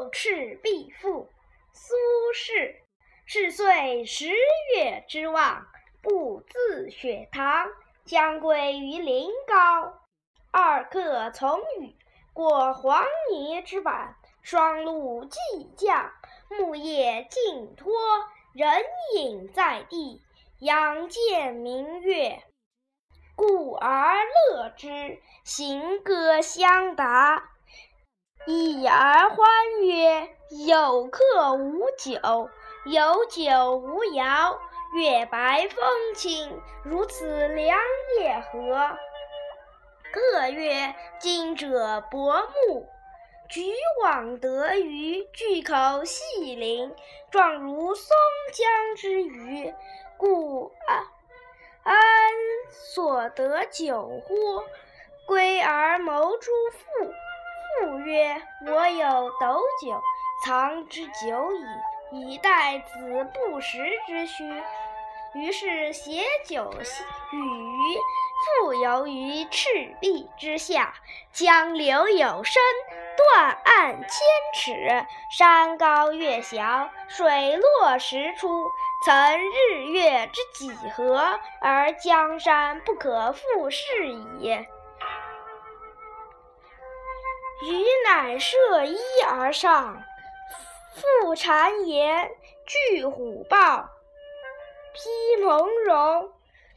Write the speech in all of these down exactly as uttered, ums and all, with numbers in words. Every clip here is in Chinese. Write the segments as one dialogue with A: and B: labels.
A: 有赤壁赋》苏轼。是岁十月之望，步自雪堂，将归于临高。二客从雨，过黄泥之坂，霜露既降，木叶尽脱，人影在地，阳见明月，故而乐之，行歌相答。已而欢曰：有客无酒，有酒无肴，月白风清，如此良夜何？客曰：今者薄暮，举网得鱼，巨口细鳞，状如松江之鱼，故安所得酒乎？归而谋诸父。父曰：我有斗酒，藏之久矣，以待子不食之需。于是携酒与鱼，复游于赤壁之下，江流有深，断岸千尺，山高月小，水落石出，曾日月之几何，而江山不可复是矣。鱼乃射衣而上，复谗言，拒虎豹，披蒙茸，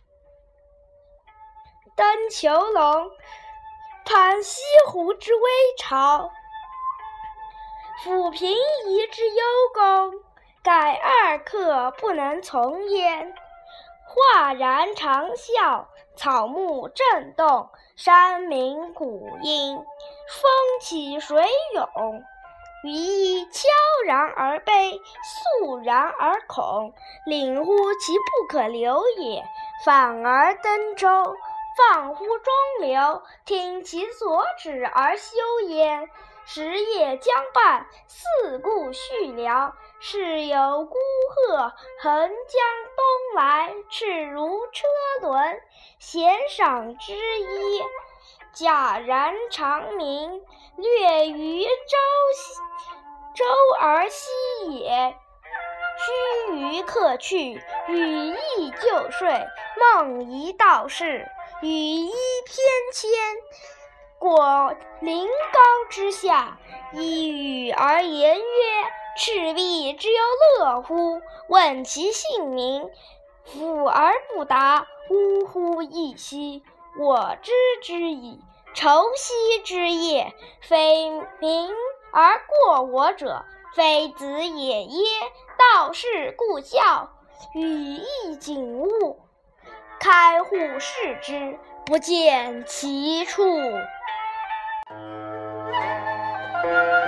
A: 登虬龙，谈西湖之微潮，抚平夷之幽功，盖二客不能从焉。哗然长啸，草木震动，山鸣谷应，风起水涌。鱼亦悄然而悲，肃然而恐，领乎其不可留也，反而登舟，放乎中流，听其所止而休焉。时夜将半，四顾续辽，是有孤鹤横江东来，赤如车轮，闲赏之一，戛然长鸣，略于周周而息也。须臾客去，语意就睡，梦遗道士，羽衣翩跹，过临高之下，一语而言曰：赤壁之有乐乎？问其姓名，抚而不答，呜呼一息。我知之矣，愁夕之夜，非鸣而过我者，非子也耶？道士故笑，语意景物，开户视之，不见其处。